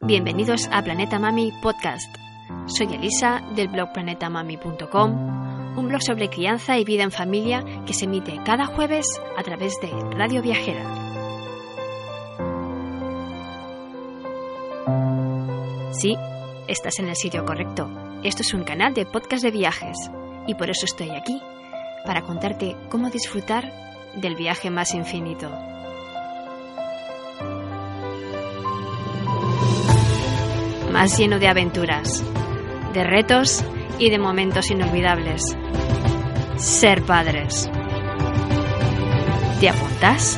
Bienvenidos a Planeta Mami Podcast. Soy Elisa del blog planetamami.com, un blog sobre crianza y vida en familia que se emite cada jueves a través de Radio Viajera. Sí, estás en el sitio correcto. Esto es un canal de podcast de viajes y por eso estoy aquí, para contarte cómo disfrutar del viaje más infinito. Más lleno de aventuras, de retos y de momentos inolvidables. Ser padres. ¿Te apuntas?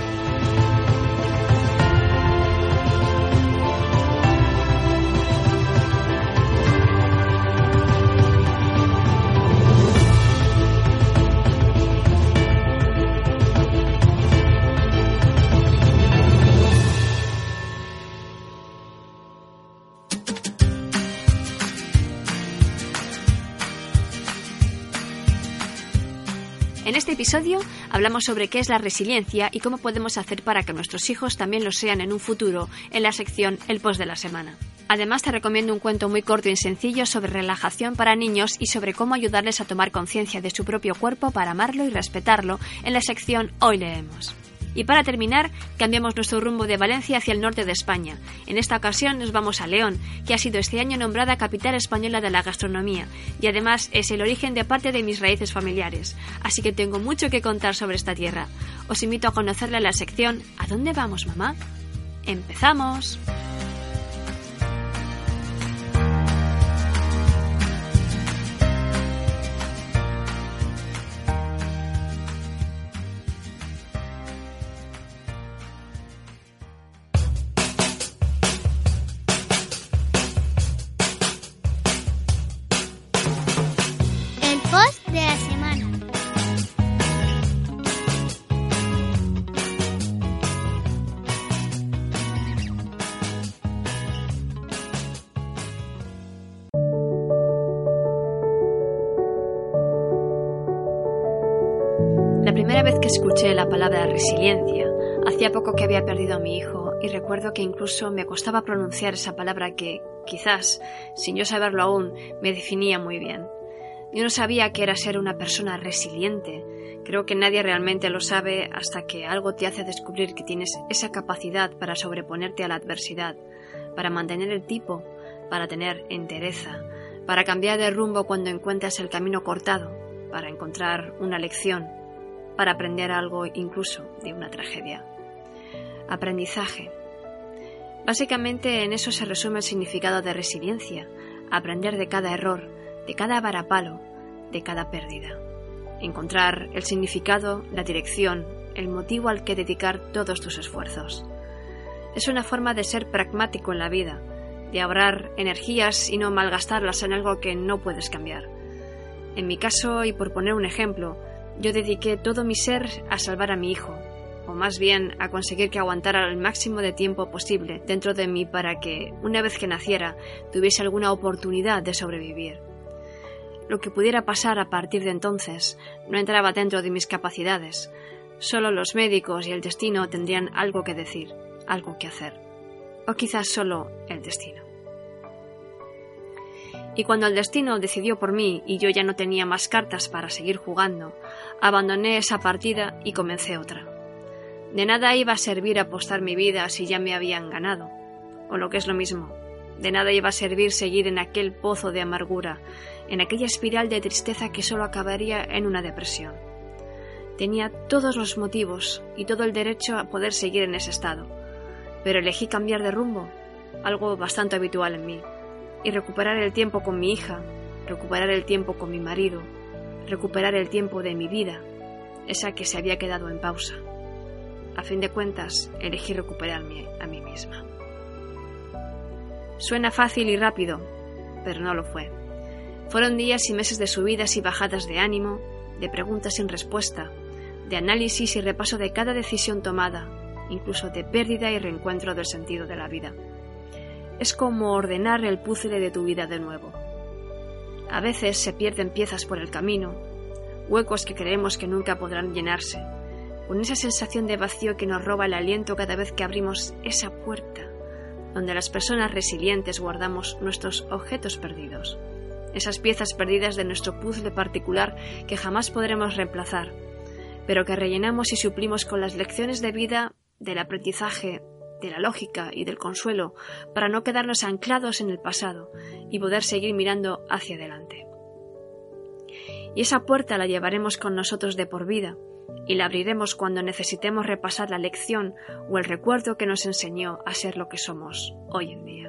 En este episodio hablamos sobre qué es la resiliencia y cómo podemos hacer para que nuestros hijos también lo sean en un futuro en la sección El Post de la Semana. Además te recomiendo un cuento muy corto y sencillo sobre relajación para niños y sobre cómo ayudarles a tomar conciencia de su propio cuerpo para amarlo y respetarlo en la sección Hoy Leemos. Y para terminar, cambiamos nuestro rumbo de Valencia hacia el norte de España. En esta ocasión nos vamos a León, que ha sido este año nombrada capital española de la gastronomía, y además es el origen de parte de mis raíces familiares. Así que tengo mucho que contar sobre esta tierra. Os invito a conocerla en la sección ¿A dónde vamos, mamá? ¡Empezamos! La primera vez que escuché la palabra resiliencia, hacía poco que había perdido a mi hijo y recuerdo que incluso me costaba pronunciar esa palabra que, quizás, sin yo saberlo aún, me definía muy bien. Yo no sabía qué era ser una persona resiliente. Creo que nadie realmente lo sabe hasta que algo te hace descubrir que tienes esa capacidad para sobreponerte a la adversidad, para mantener el tipo, para tener entereza, para cambiar de rumbo cuando encuentras el camino cortado, para encontrar una lección, para aprender algo incluso de una tragedia. Aprendizaje. Básicamente en eso se resume el significado de resiliencia, aprender de cada error, de cada varapalo, de cada pérdida. Encontrar el significado, la dirección, el motivo al que dedicar todos tus esfuerzos. Es una forma de ser pragmático en la vida, de ahorrar energías y no malgastarlas en algo que no puedes cambiar. En mi caso, y por poner un ejemplo, yo dediqué todo mi ser a salvar a mi hijo, o más bien a conseguir que aguantara el máximo de tiempo posible dentro de mí para que, una vez que naciera, tuviese alguna oportunidad de sobrevivir. Lo que pudiera pasar a partir de entonces no entraba dentro de mis capacidades. Solo los médicos y el destino tendrían algo que decir, algo que hacer. O quizás solo el destino. Y cuando el destino decidió por mí y yo ya no tenía más cartas para seguir jugando, abandoné esa partida y comencé otra. De nada iba a servir apostar mi vida si ya me habían ganado. O lo que es lo mismo, de nada iba a servir seguir en aquel pozo de amargura, en aquella espiral de tristeza que solo acabaría en una depresión. Tenía todos los motivos y todo el derecho a poder seguir en ese estado, pero elegí cambiar de rumbo, algo bastante habitual en mí. Y recuperar el tiempo con mi hija, recuperar el tiempo con mi marido, recuperar el tiempo de mi vida, esa que se había quedado en pausa. A fin de cuentas, elegí recuperarme a mí misma. Suena fácil y rápido, pero no lo fue. Fueron días y meses de subidas y bajadas de ánimo, de preguntas sin respuesta, de análisis y repaso de cada decisión tomada, incluso de pérdida y reencuentro del sentido de la vida. Es como ordenar el puzle de tu vida de nuevo. A veces se pierden piezas por el camino, huecos que creemos que nunca podrán llenarse, con esa sensación de vacío que nos roba el aliento cada vez que abrimos esa puerta, donde las personas resilientes guardamos nuestros objetos perdidos, esas piezas perdidas de nuestro puzzle particular que jamás podremos reemplazar, pero que rellenamos y suplimos con las lecciones de vida, del aprendizaje, de la lógica y del consuelo, para no quedarnos anclados en el pasado y poder seguir mirando hacia adelante. Y esa puerta la llevaremos con nosotros de por vida, y la abriremos cuando necesitemos repasar la lección o el recuerdo que nos enseñó a ser lo que somos hoy en día.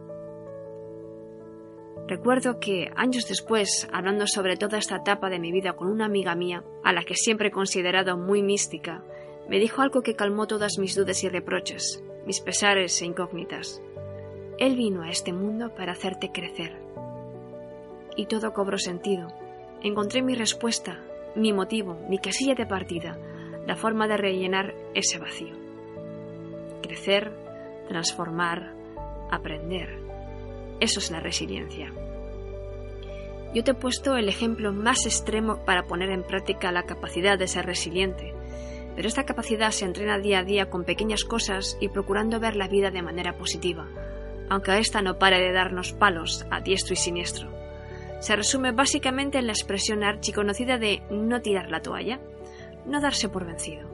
Recuerdo que, años después, hablando sobre toda esta etapa de mi vida con una amiga mía, a la que siempre he considerado muy mística, me dijo algo que calmó todas mis dudas y reproches, mis pesares e incógnitas. Él vino a este mundo para hacerte crecer. Y todo cobró sentido. Encontré mi respuesta, mi motivo, mi casilla de partida, la forma de rellenar ese vacío. Crecer, transformar, aprender. Eso es la resiliencia. Yo te he puesto el ejemplo más extremo para poner en práctica la capacidad de ser resiliente, pero esta capacidad se entrena día a día con pequeñas cosas y procurando ver la vida de manera positiva, aunque esta no pare de darnos palos a diestro y siniestro. Se resume básicamente en la expresión archiconocida de no tirar la toalla, no darse por vencido.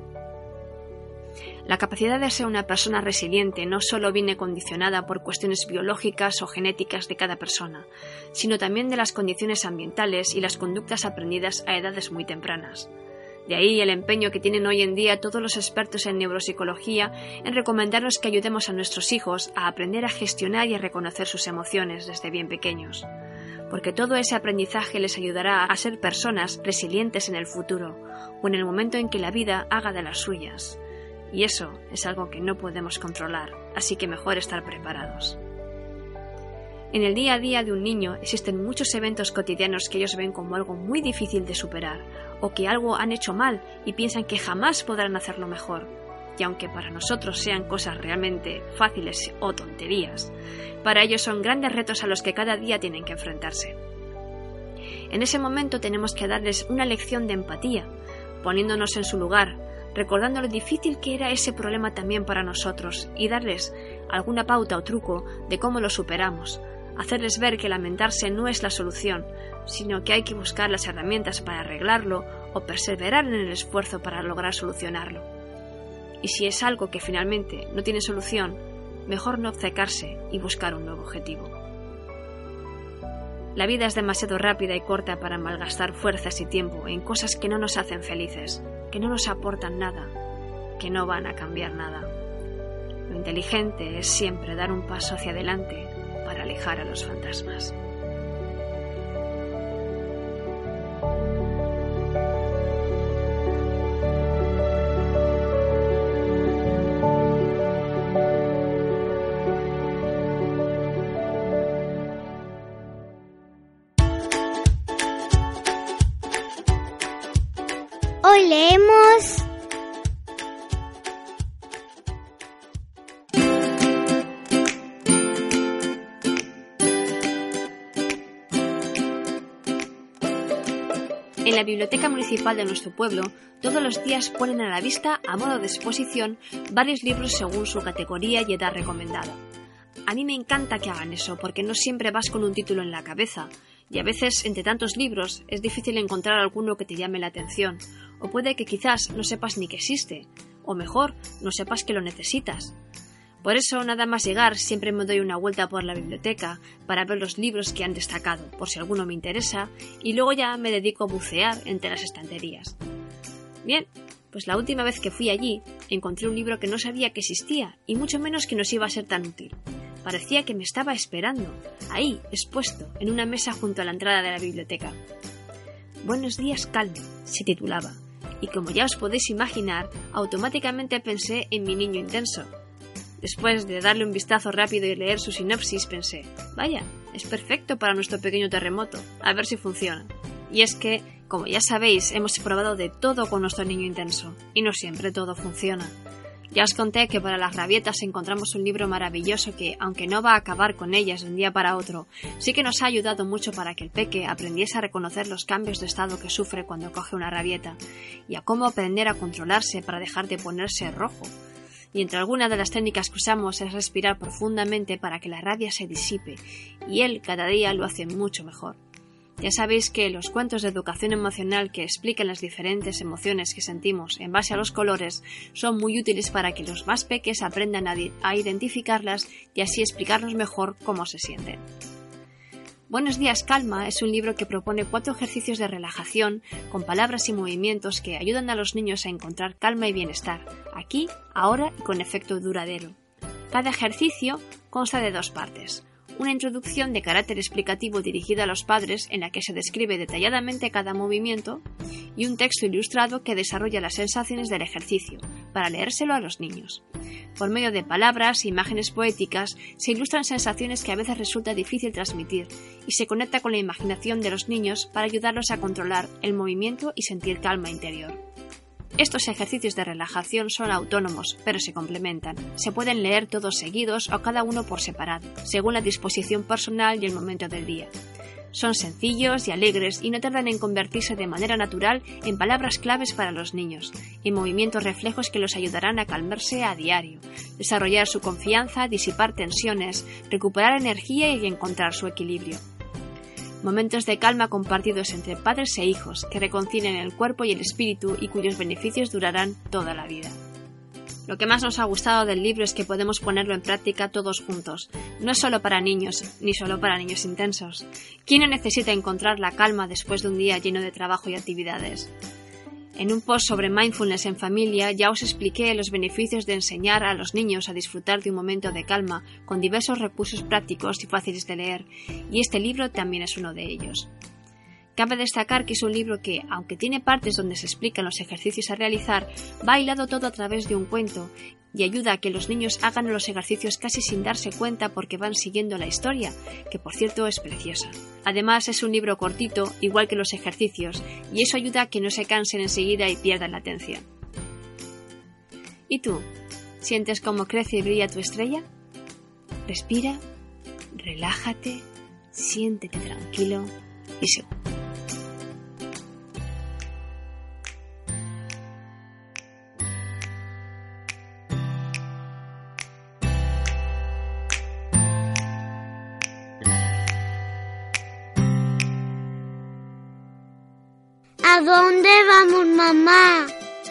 La capacidad de ser una persona resiliente no solo viene condicionada por cuestiones biológicas o genéticas de cada persona, sino también de las condiciones ambientales y las conductas aprendidas a edades muy tempranas. De ahí el empeño que tienen hoy en día todos los expertos en neuropsicología en recomendarnos que ayudemos a nuestros hijos a aprender a gestionar y a reconocer sus emociones desde bien pequeños, porque todo ese aprendizaje les ayudará a ser personas resilientes en el futuro o en el momento en que la vida haga de las suyas. Y eso es algo que no podemos controlar, así que mejor estar preparados. En el día a día de un niño existen muchos eventos cotidianos que ellos ven como algo muy difícil de superar, o que algo han hecho mal y piensan que jamás podrán hacerlo mejor. Y aunque para nosotros sean cosas realmente fáciles o tonterías, para ellos son grandes retos a los que cada día tienen que enfrentarse. En ese momento tenemos que darles una lección de empatía, poniéndonos en su lugar, recordando lo difícil que era ese problema también para nosotros y darles alguna pauta o truco de cómo lo superamos, hacerles ver que lamentarse no es la solución, sino que hay que buscar las herramientas para arreglarlo o perseverar en el esfuerzo para lograr solucionarlo. Y si es algo que finalmente no tiene solución, mejor no obcecarse y buscar un nuevo objetivo. La vida es demasiado rápida y corta para malgastar fuerzas y tiempo en cosas que no nos hacen felices, que no nos aportan nada, que no van a cambiar nada. Lo inteligente es siempre dar un paso hacia adelante para alejar a los fantasmas. Hoy leemos En la biblioteca municipal de nuestro pueblo, todos los días ponen a la vista, a modo de exposición, varios libros según su categoría y edad recomendada. A mí me encanta que hagan eso, porque no siempre vas con un título en la cabeza, y a veces, entre tantos libros, es difícil encontrar alguno que te llame la atención, o puede que quizás no sepas ni que existe, o mejor, no sepas que lo necesitas. Por eso, nada más llegar, siempre me doy una vuelta por la biblioteca para ver los libros que han destacado, por si alguno me interesa, y luego ya me dedico a bucear entre las estanterías. Bien, pues la última vez que fui allí, encontré un libro que no sabía que existía, y mucho menos que nos iba a ser tan útil. Parecía que me estaba esperando, ahí, expuesto, en una mesa junto a la entrada de la biblioteca. Buenos días, Calme, se titulaba, y como ya os podéis imaginar, automáticamente pensé en mi niño intenso. Después de darle un vistazo rápido y leer su sinopsis, pensé, vaya, es perfecto para nuestro pequeño terremoto, a ver si funciona. Y es que, como ya sabéis, hemos probado de todo con nuestro niño intenso, y no siempre todo funciona. Ya os conté que para las rabietas encontramos un libro maravilloso que, aunque no va a acabar con ellas de un día para otro, sí que nos ha ayudado mucho para que el peque aprendiese a reconocer los cambios de estado que sufre cuando coge una rabieta, y a cómo aprender a controlarse para dejar de ponerse rojo. y entre algunas de las técnicas que usamos es respirar profundamente para que la rabia se disipe, y él cada día lo hace mucho mejor. Ya sabéis que los cuentos de educación emocional que explican las diferentes emociones que sentimos en base a los colores son muy útiles para que los más peques aprendan a identificarlas y así explicarnos mejor cómo se sienten. Buenos días, calma es un libro que propone 4 ejercicios de relajación con palabras y movimientos que ayudan a los niños a encontrar calma y bienestar, aquí, ahora y con efecto duradero. Cada ejercicio consta de 2 partes. Una introducción de carácter explicativo dirigida a los padres en la que se describe detalladamente cada movimiento y un texto ilustrado que desarrolla las sensaciones del ejercicio, para leérselo a los niños. Por medio de palabras e imágenes poéticas se ilustran sensaciones que a veces resulta difícil transmitir y se conecta con la imaginación de los niños para ayudarlos a controlar el movimiento y sentir calma interior. Estos ejercicios de relajación son autónomos, pero se complementan. Se pueden leer todos seguidos o cada uno por separado, según la disposición personal y el momento del día. Son sencillos y alegres y no tardan en convertirse de manera natural en palabras claves para los niños, en movimientos reflejos que los ayudarán a calmarse a diario, desarrollar su confianza, disipar tensiones, recuperar energía y encontrar su equilibrio. Momentos de calma compartidos entre padres e hijos que reconcilian el cuerpo y el espíritu y cuyos beneficios durarán toda la vida. Lo que más nos ha gustado del libro es que podemos ponerlo en práctica todos juntos. No es solo para niños, ni solo para niños intensos. ¿Quién no necesita encontrar la calma después de un día lleno de trabajo y actividades? En un post sobre mindfulness en familia ya os expliqué los beneficios de enseñar a los niños a disfrutar de un momento de calma con diversos recursos prácticos y fáciles de leer, y este libro también es uno de ellos. Cabe destacar que es un libro que, aunque tiene partes donde se explican los ejercicios a realizar, va hilado todo a través de un cuento y ayuda a que los niños hagan los ejercicios casi sin darse cuenta porque van siguiendo la historia, que por cierto es preciosa. Además es un libro cortito, igual que los ejercicios, y eso ayuda a que no se cansen enseguida y pierdan la atención. ¿Y tú? ¿Sientes cómo crece y brilla tu estrella? Respira, relájate, siéntete tranquilo y seguro. ¿A dónde vamos, mamá?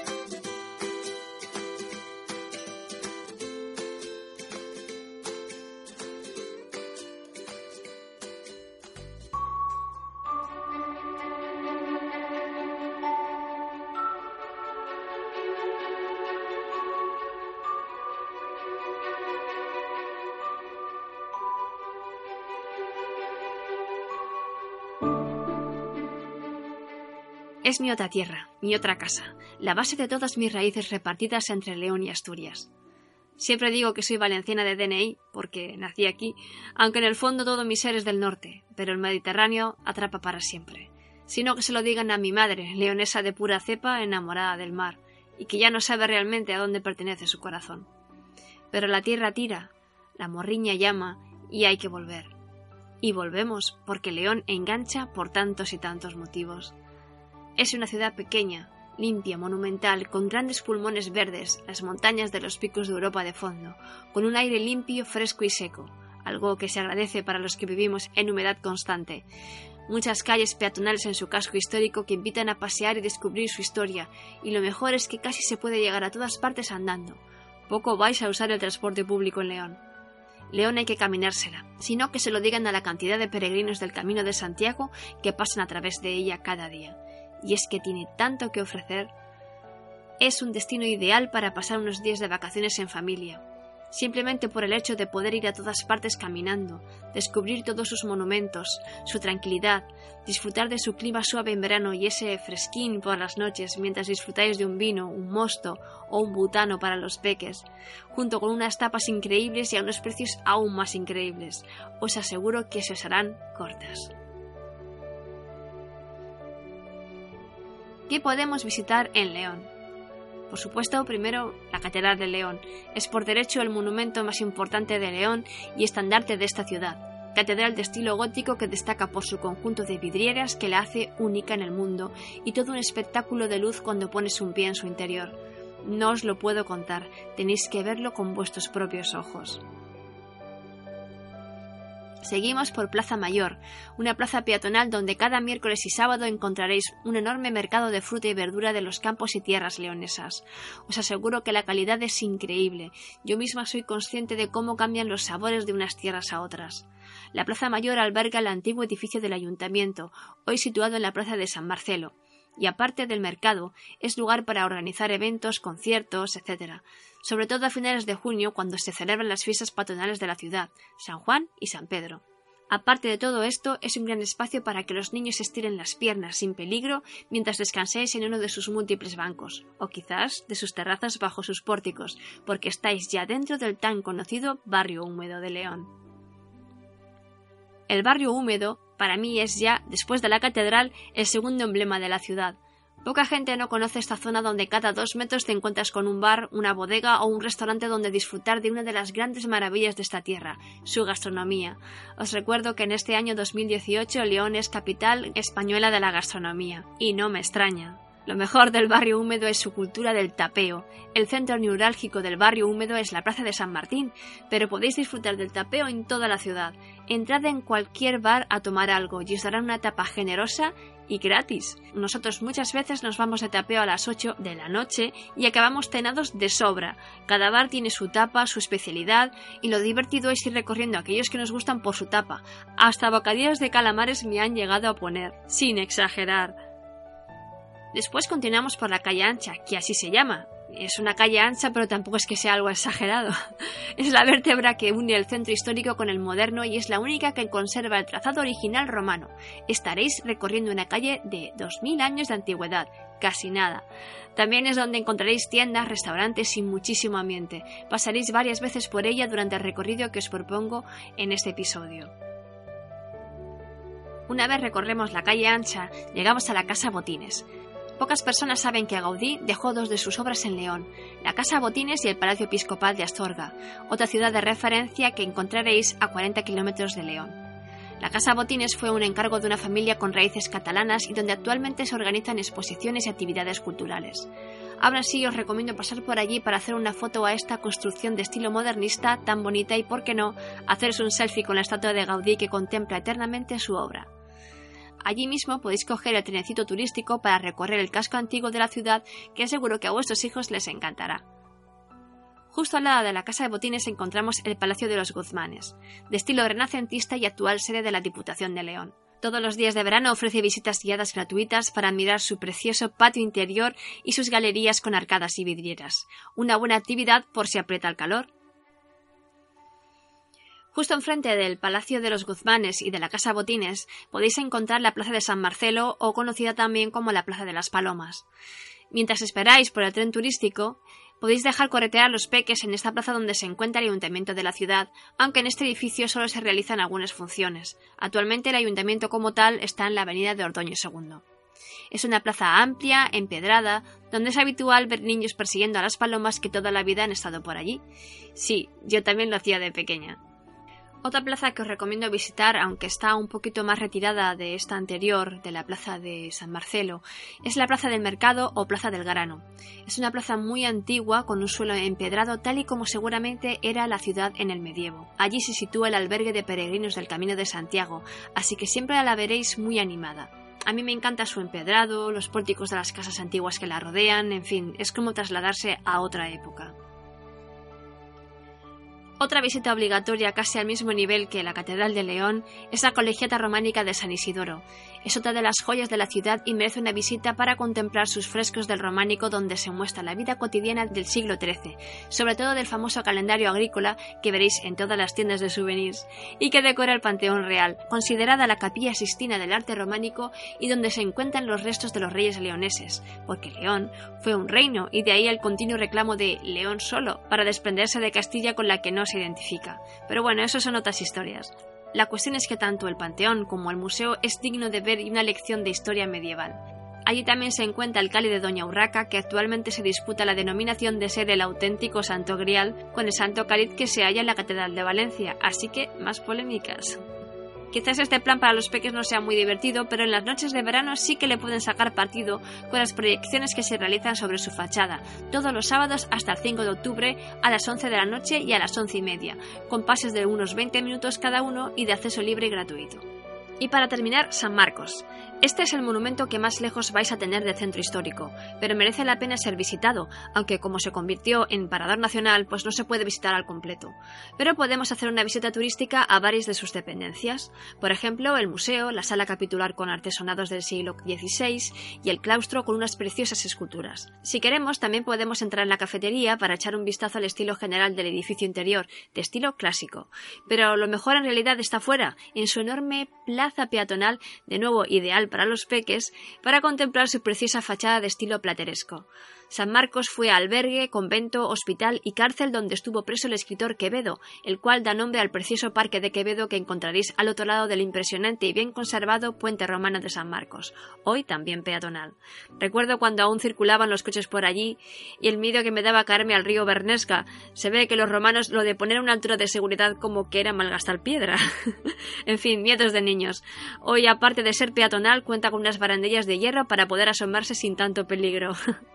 Es mi otra tierra, mi otra casa, la base de todas mis raíces repartidas entre León y Asturias. Siempre digo que soy valenciana de DNI, porque nací aquí, aunque en el fondo todo mi ser es del norte, pero el Mediterráneo atrapa para siempre. Sino que se lo digan a mi madre, leonesa de pura cepa, enamorada del mar, y que ya no sabe realmente a dónde pertenece su corazón. Pero la tierra tira, la morriña llama, y hay que volver. Y volvemos, porque León engancha por tantos y tantos motivos. Es una ciudad pequeña, limpia, monumental, con grandes pulmones verdes, las montañas de los picos de Europa de fondo, con un aire limpio, fresco y seco, algo que se agradece para los que vivimos en humedad constante. Muchas calles peatonales en su casco histórico que invitan a pasear y descubrir su historia, y lo mejor es que casi se puede llegar a todas partes andando. Poco vais a usar el transporte público en León. León hay que caminársela, sino que se lo digan a la cantidad de peregrinos del Camino de Santiago que pasan a través de ella cada día. Y es que tiene tanto que ofrecer. Es un destino ideal para pasar unos días de vacaciones en familia, simplemente por el hecho de poder ir a todas partes caminando, descubrir todos sus monumentos, su tranquilidad, disfrutar de su clima suave en verano y ese fresquín por las noches mientras disfrutáis de un vino, un mosto o un butano para los peques, junto con unas tapas increíbles y a unos precios aún más increíbles. Os aseguro que se os harán cortas. ¿Qué podemos visitar en León? Por supuesto, primero, la Catedral de León. Es por derecho el monumento más importante de León y estandarte de esta ciudad. Catedral de estilo gótico que destaca por su conjunto de vidrieras que la hace única en el mundo y todo un espectáculo de luz cuando pones un pie en su interior. no os lo puedo contar, tenéis que verlo con vuestros propios ojos. Seguimos por Plaza Mayor, una plaza peatonal donde cada miércoles y sábado encontraréis un enorme mercado de fruta y verdura de los campos y tierras leonesas. Os aseguro que la calidad es increíble. Yo misma soy consciente de cómo cambian los sabores de unas tierras a otras. La Plaza Mayor alberga el antiguo edificio del ayuntamiento, hoy situado en la plaza de San Marcelo. Y aparte del mercado, es lugar para organizar eventos, conciertos, etc. Sobre todo a finales de junio, cuando se celebran las fiestas patronales de la ciudad, San Juan y San Pedro. Aparte de todo esto, es un gran espacio para que los niños estiren las piernas sin peligro mientras descanséis en uno de sus múltiples bancos, o quizás de sus terrazas bajo sus pórticos, porque estáis ya dentro del tan conocido Barrio Húmedo de León. El Barrio Húmedo, para mí, es ya, después de la catedral, el segundo emblema de la ciudad. Poca gente no conoce esta zona donde cada 2 metros te encuentras con un bar, una bodega o un restaurante donde disfrutar de una de las grandes maravillas de esta tierra, su gastronomía. Os recuerdo que en este año 2018 León es capital española de la gastronomía, y no me extraña. Lo mejor del Barrio Húmedo es su cultura del tapeo. El centro neurálgico del Barrio Húmedo es la Plaza de San Martín, pero podéis disfrutar del tapeo en toda la ciudad. Entrad en cualquier bar a tomar algo y os darán una tapa generosa y gratis. Nosotros muchas veces nos vamos de tapeo a las 8 de la noche y acabamos cenados de sobra. Cada bar tiene su tapa, su especialidad, y lo divertido es ir recorriendo a aquellos que nos gustan por su tapa. Hasta bocadillos de calamares me han llegado a poner, sin exagerar. Después continuamos por la calle Ancha, que así se llama. Es una calle ancha, pero tampoco es que sea algo exagerado. Es la vértebra que une el centro histórico con el moderno y es la única que conserva el trazado original romano. Estaréis recorriendo una calle de 2000 años de antigüedad, casi nada. También es donde encontraréis tiendas, restaurantes y muchísimo ambiente. Pasaréis varias veces por ella durante el recorrido que os propongo en este episodio. Una vez recorremos la calle Ancha, llegamos a la Casa Botines. Pocas personas saben que Gaudí dejó 2 de sus obras en León, la Casa Botines y el Palacio Episcopal de Astorga, otra ciudad de referencia que encontraréis a 40 kilómetros de León. La Casa Botines fue un encargo de una familia con raíces catalanas y donde actualmente se organizan exposiciones y actividades culturales. Aún así, os recomiendo pasar por allí para hacer una foto a esta construcción de estilo modernista tan bonita y, por qué no, haceros un selfie con la estatua de Gaudí que contempla eternamente su obra. Allí mismo podéis coger el trenecito turístico para recorrer el casco antiguo de la ciudad, que seguro que a vuestros hijos les encantará. Justo al lado de la Casa de Botines encontramos el Palacio de los Guzmanes, de estilo renacentista y actual sede de la Diputación de León. Todos los días de verano ofrece visitas guiadas gratuitas para admirar su precioso patio interior y sus galerías con arcadas y vidrieras. Una buena actividad por si aprieta el calor. Justo enfrente del Palacio de los Guzmanes y de la Casa Botines podéis encontrar la Plaza de San Marcelo, o conocida también como la Plaza de las Palomas. Mientras esperáis por el tren turístico, podéis dejar corretear los peques en esta plaza donde se encuentra el ayuntamiento de la ciudad, aunque en este edificio solo se realizan algunas funciones. Actualmente el ayuntamiento como tal está en la avenida de Ordoño II. Es una plaza amplia, empedrada, donde es habitual ver niños persiguiendo a las palomas que toda la vida han estado por allí. Sí, yo también lo hacía de pequeña. Otra plaza que os recomiendo visitar, aunque está un poquito más retirada de esta anterior, de la plaza de San Marcelo, es la Plaza del Mercado o Plaza del Grano. Es una plaza muy antigua con un suelo empedrado tal y como seguramente era la ciudad en el medievo. Allí se sitúa el albergue de peregrinos del Camino de Santiago, así que siempre la veréis muy animada. A mí me encanta su empedrado, los pórticos de las casas antiguas que la rodean, en fin, es como trasladarse a otra época. Otra visita obligatoria casi al mismo nivel que la Catedral de León es la Colegiata Románica de San Isidoro. Es otra de las joyas de la ciudad y merece una visita para contemplar sus frescos del románico donde se muestra la vida cotidiana del siglo XIII, sobre todo del famoso calendario agrícola que veréis en todas las tiendas de souvenirs, y que decora el Panteón Real, considerada la Capilla Sixtina del arte románico y donde se encuentran los restos de los reyes leoneses, porque León fue un reino y de ahí el continuo reclamo de León solo, para desprenderse de Castilla con la que no se identifica. Pero bueno, eso son otras historias. La cuestión es que tanto el Panteón como el museo es digno de ver y una lección de historia medieval. Allí también se encuentra el Cáliz de Doña Urraca, que actualmente se disputa la denominación de ser el auténtico Santo Grial con el Santo Cáliz que se halla en la Catedral de Valencia, así que más polémicas. Quizás este plan para los peques no sea muy divertido, pero en las noches de verano sí que le pueden sacar partido con las proyecciones que se realizan sobre su fachada, todos los sábados hasta el 5 de octubre a las 11 de la noche y a las 11:30, con pases de unos 20 minutos cada uno y de acceso libre y gratuito. Y para terminar, San Marcos. Este es el monumento que más lejos vais a tener del centro histórico, pero merece la pena ser visitado, aunque como se convirtió en parador nacional, pues no se puede visitar al completo. Pero podemos hacer una visita turística a varias de sus dependencias. Por ejemplo, el museo, la sala capitular con artesonados del siglo XVI y el claustro con unas preciosas esculturas. Si queremos, también podemos entrar en la cafetería para echar un vistazo al estilo general del edificio interior, de estilo clásico. Pero lo mejor en realidad está fuera, en su enorme plaza peatonal, de nuevo ideal para los peques, para contemplar su preciosa fachada de estilo plateresco. San Marcos fue albergue, convento, hospital y cárcel donde estuvo preso el escritor Quevedo, el cual da nombre al precioso parque de Quevedo que encontraréis al otro lado del impresionante y bien conservado puente romano de San Marcos, hoy también peatonal. Recuerdo cuando aún circulaban los coches por allí y el miedo que me daba caerme al río Bernesga. Se ve que los romanos lo de poner una altura de seguridad como que era malgastar piedra. En fin, miedos de niños. Hoy, aparte de ser peatonal, cuenta con unas barandillas de hierro para poder asomarse sin tanto peligro.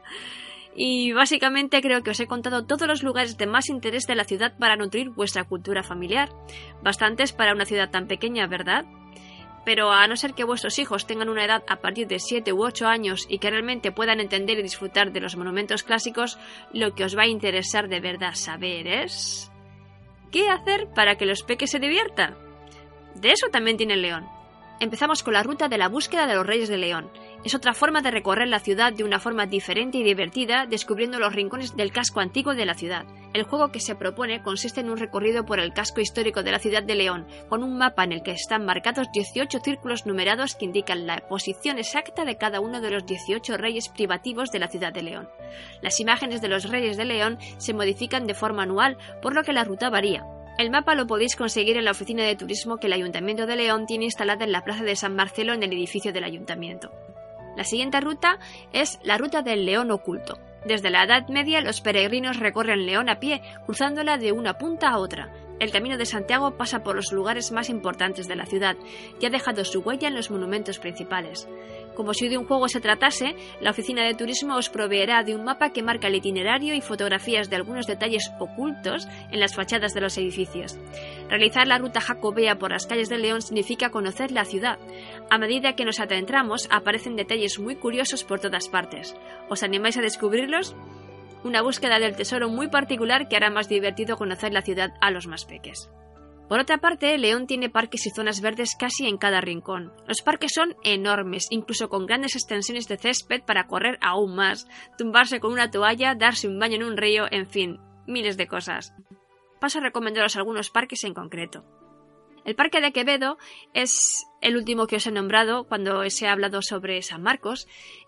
Y básicamente creo que os he contado todos los lugares de más interés de la ciudad para nutrir vuestra cultura familiar. Bastantes para una ciudad tan pequeña, ¿verdad? Pero a no ser que vuestros hijos tengan una edad a partir de 7 u 8 años y que realmente puedan entender y disfrutar de los monumentos clásicos, lo que os va a interesar de verdad saber es... ¿qué hacer para que los peques se diviertan? De eso también tiene León. Empezamos con la ruta de la búsqueda de los Reyes de León. Es otra forma de recorrer la ciudad de una forma diferente y divertida, descubriendo los rincones del casco antiguo de la ciudad. El juego que se propone consiste en un recorrido por el casco histórico de la ciudad de León, con un mapa en el que están marcados 18 círculos numerados que indican la posición exacta de cada uno de los 18 reyes privativos de la ciudad de León. Las imágenes de los Reyes de León se modifican de forma anual, por lo que la ruta varía. El mapa lo podéis conseguir en la oficina de turismo que el Ayuntamiento de León tiene instalada en la plaza de San Marcelo en el edificio del Ayuntamiento. La siguiente ruta es la ruta del León oculto. Desde la Edad Media los peregrinos recorren León a pie, cruzándola de una punta a otra. El Camino de Santiago pasa por los lugares más importantes de la ciudad y ha dejado su huella en los monumentos principales. Como si de un juego se tratase, la oficina de turismo os proveerá de un mapa que marca el itinerario y fotografías de algunos detalles ocultos en las fachadas de los edificios. Realizar la ruta jacobea por las calles de León significa conocer la ciudad. A medida que nos adentramos, aparecen detalles muy curiosos por todas partes. ¿Os animáis a descubrirlos? Una búsqueda del tesoro muy particular que hará más divertido conocer la ciudad a los más peques. Por otra parte, León tiene parques y zonas verdes casi en cada rincón. Los parques son enormes, incluso con grandes extensiones de césped para correr aún más, tumbarse con una toalla, darse un baño en un río, en fin, miles de cosas. Paso a recomendaros algunos parques en concreto. El Parque de Quevedo es el último que os he nombrado cuando os he hablado sobre San Marcos.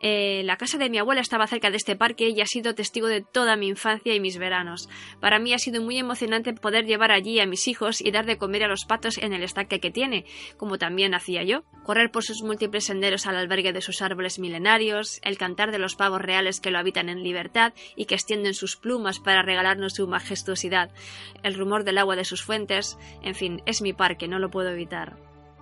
La casa de mi abuela estaba cerca de este parque y ha sido testigo de toda mi infancia y mis veranos. Para mí ha sido muy emocionante poder llevar allí a mis hijos y dar de comer a los patos en el estanque que tiene, como también hacía yo. Correr por sus múltiples senderos al albergue de sus árboles milenarios, el cantar de los pavos reales que lo habitan en libertad y que extienden sus plumas para regalarnos su majestuosidad, el rumor del agua de sus fuentes, en fin, es mi parque, no lo puedo evitar.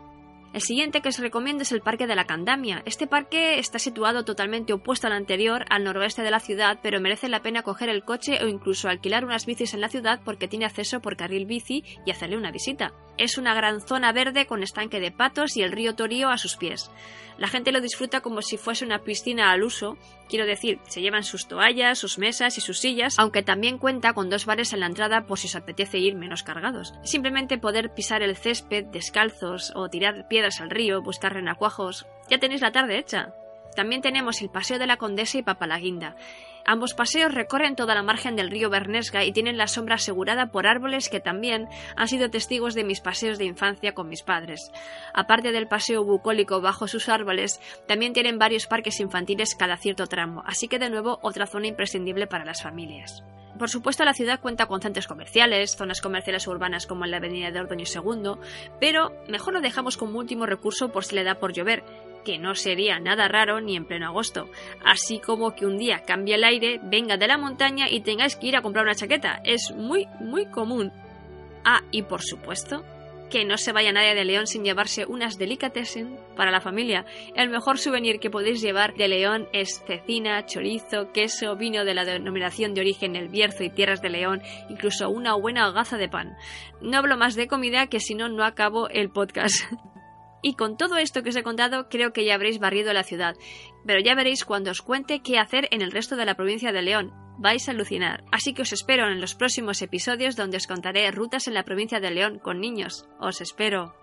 El siguiente que os recomiendo es el Parque de la Candamia. Este parque está situado totalmente opuesto al anterior, al noroeste de la ciudad, pero merece la pena coger el coche o incluso alquilar unas bicis en la ciudad porque tiene acceso por carril bici y hacerle una visita. Es una gran zona verde con estanque de patos y el río Torío a sus pies. La gente lo disfruta como si fuese una piscina al uso, quiero decir, se llevan sus toallas, sus mesas y sus sillas, aunque también cuenta con 2 bares en la entrada por si os apetece ir menos cargados. Simplemente poder pisar el césped descalzos o tirar piedras al río, buscar renacuajos, ya tenéis la tarde hecha. También tenemos el Paseo de la Condesa y Papalaguinda. Ambos paseos recorren toda la margen del río Bernesga y tienen la sombra asegurada por árboles que también han sido testigos de mis paseos de infancia con mis padres. Aparte del paseo bucólico bajo sus árboles, también tienen varios parques infantiles cada cierto tramo, así que de nuevo otra zona imprescindible para las familias. Por supuesto, la ciudad cuenta con centros comerciales, zonas comerciales urbanas como en la avenida de Ordoño II, pero mejor lo dejamos como último recurso por si le da por llover, que no sería nada raro ni en pleno agosto, así como que un día cambie el aire, venga de la montaña y tengáis que ir a comprar una chaqueta. Es muy, muy común. Ah, y por supuesto, que no se vaya nadie de León sin llevarse unas delicatessen para la familia. El mejor souvenir que podéis llevar de León es cecina, chorizo, queso, vino de la denominación de origen El Bierzo y tierras de León, incluso una buena hogaza de pan. No hablo más de comida, que si no, no acabo el podcast. Y con todo esto que os he contado, creo que ya habréis barrido la ciudad. Pero ya veréis cuando os cuente qué hacer en el resto de la provincia de León. Vais a alucinar. Así que os espero en los próximos episodios donde os contaré rutas en la provincia de León con niños. Os espero.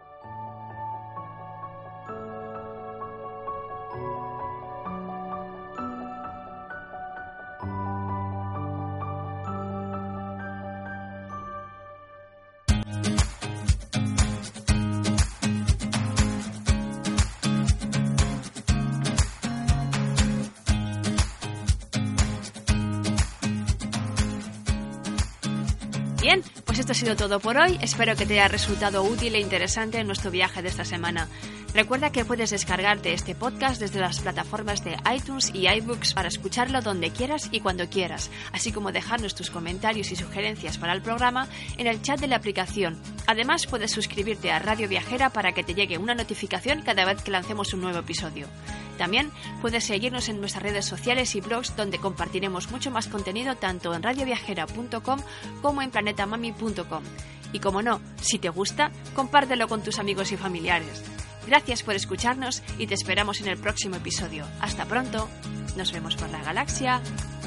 Bien, pues esto ha sido todo por hoy. Espero que te haya resultado útil e interesante en nuestro viaje de esta semana. Recuerda que puedes descargarte este podcast desde las plataformas de iTunes y iBooks para escucharlo donde quieras y cuando quieras, así como dejarnos tus comentarios y sugerencias para el programa en el chat de la aplicación. Además, puedes suscribirte a Radio Viajera para que te llegue una notificación cada vez que lancemos un nuevo episodio. También puedes seguirnos en nuestras redes sociales y blogs, donde compartiremos mucho más contenido tanto en radioviajera.com como en planetamami.com. Y como no, si te gusta, compártelo con tus amigos y familiares. Gracias por escucharnos y te esperamos en el próximo episodio. Hasta pronto. Nos vemos por la galaxia.